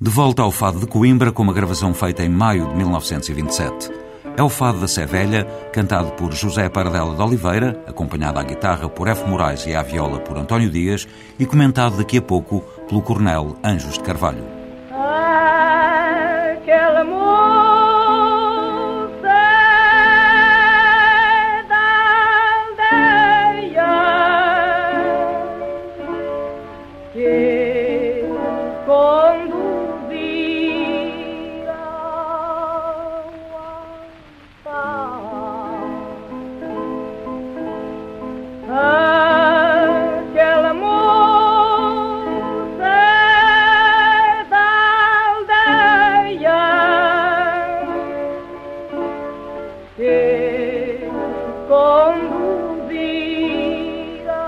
De volta ao Fado de Coimbra, com uma gravação feita em maio de 1927. É o Fado da Sé Velha, cantado por José Paradela de Oliveira, acompanhado à guitarra por F. Moraes e à viola por António Dias, e comentado daqui a pouco pelo coronel Anjos de Carvalho. Aquela moça da aldeia que conduzia aquela moça da aldeia que conduzia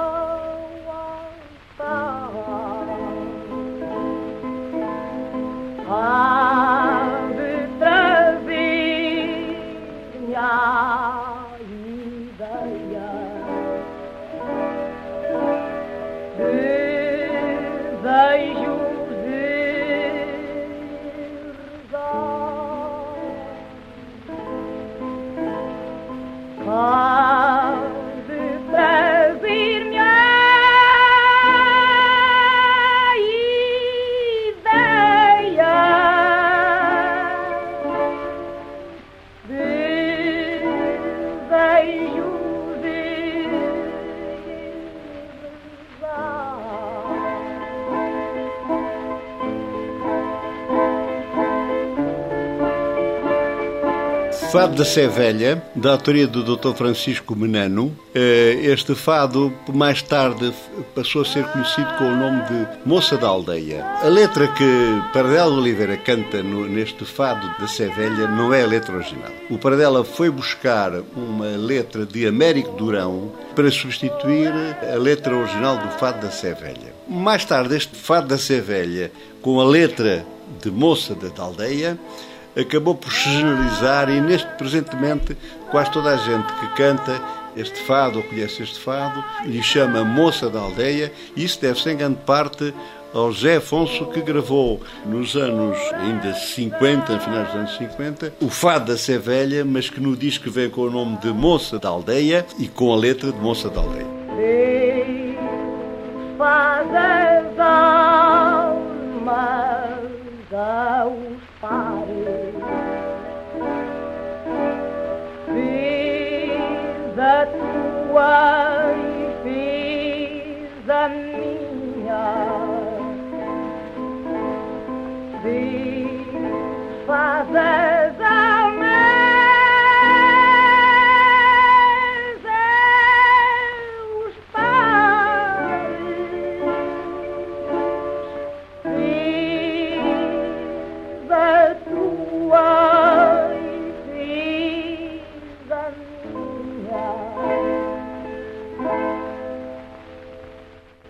há de trazer-me a ideia desejos de rezar, há de trazer-me a ideia desejos de Fado da Sé Velha, da autoria do Dr. Francisco Menano. Este fado, mais tarde, passou a ser conhecido com o nome de Moça da Aldeia. A letra que Paradela de Oliveira canta neste fado da Sé Velha não é a letra original. O Paradela foi buscar uma letra de Américo Durão para substituir a letra original do fado da Sé Velha. Mais tarde, este fado da Sé Velha, com a letra de Moça da Aldeia, acabou por se generalizar e presentemente quase toda a gente que canta este fado ou conhece este fado lhe chama Moça da Aldeia, e isso deve-se em grande parte ao José Afonso, que gravou nos anos ainda 50, finais dos anos 50, o fado da Sé Velha, mas que no disco vem com o nome de Moça da Aldeia e com a letra de Moça da Aldeia. Faz as almas aos pares, fiz a tua e fiz a minha, faz